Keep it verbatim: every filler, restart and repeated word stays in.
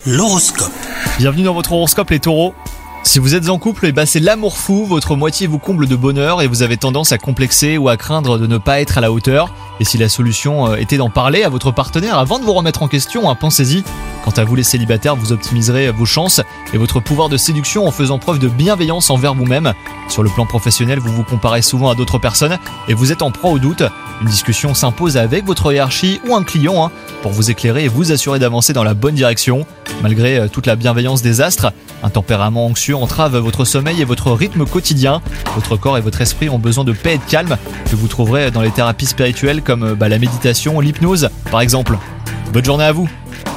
L'horoscope. Bienvenue dans votre horoscope les taureaux. Si vous êtes en couple, eh ben c'est l'amour fou, votre moitié vous comble de bonheur et vous avez tendance à complexer ou à craindre de ne pas être à la hauteur. Et si la solution était d'en parler à votre partenaire avant de vous remettre en question, hein, pensez-y. Quant à vous les célibataires, vous optimiserez vos chances et votre pouvoir de séduction en faisant preuve de bienveillance envers vous-même. Sur le plan professionnel, vous vous comparez souvent à d'autres personnes et vous êtes en proie au doute. Une discussion s'impose avec votre hiérarchie ou un client hein, pour vous éclairer et vous assurer d'avancer dans la bonne direction. Malgré toute la bienveillance des astres, un tempérament anxieux entrave votre sommeil et votre rythme quotidien. Votre corps et votre esprit ont besoin de paix et de calme que vous trouverez dans les thérapies spirituelles comme bah, la méditation, l'hypnose par exemple. Bonne journée à vous!